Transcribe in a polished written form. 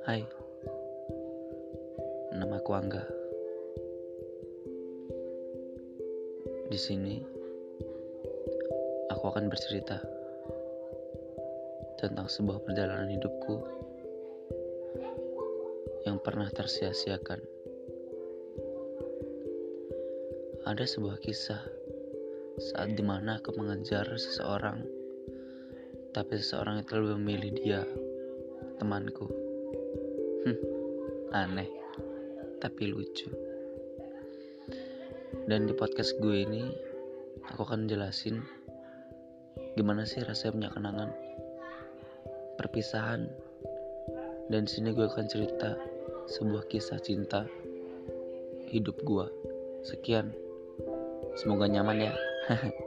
Hai, nama aku Angga. Di sini aku akan bercerita tentang sebuah perjalanan hidupku yang pernah tersia-siakan. Ada sebuah kisah saat dimana aku mengejar seseorang, tapi seseorang itu lebih memilih dia, temanku. Aneh, tapi lucu. Dan di podcast gue ini aku akan jelasin gimana sih rasanya punya kenangan perpisahan. Dan di sini gue akan cerita sebuah kisah cinta hidup gue. Sekian. Semoga nyaman ya.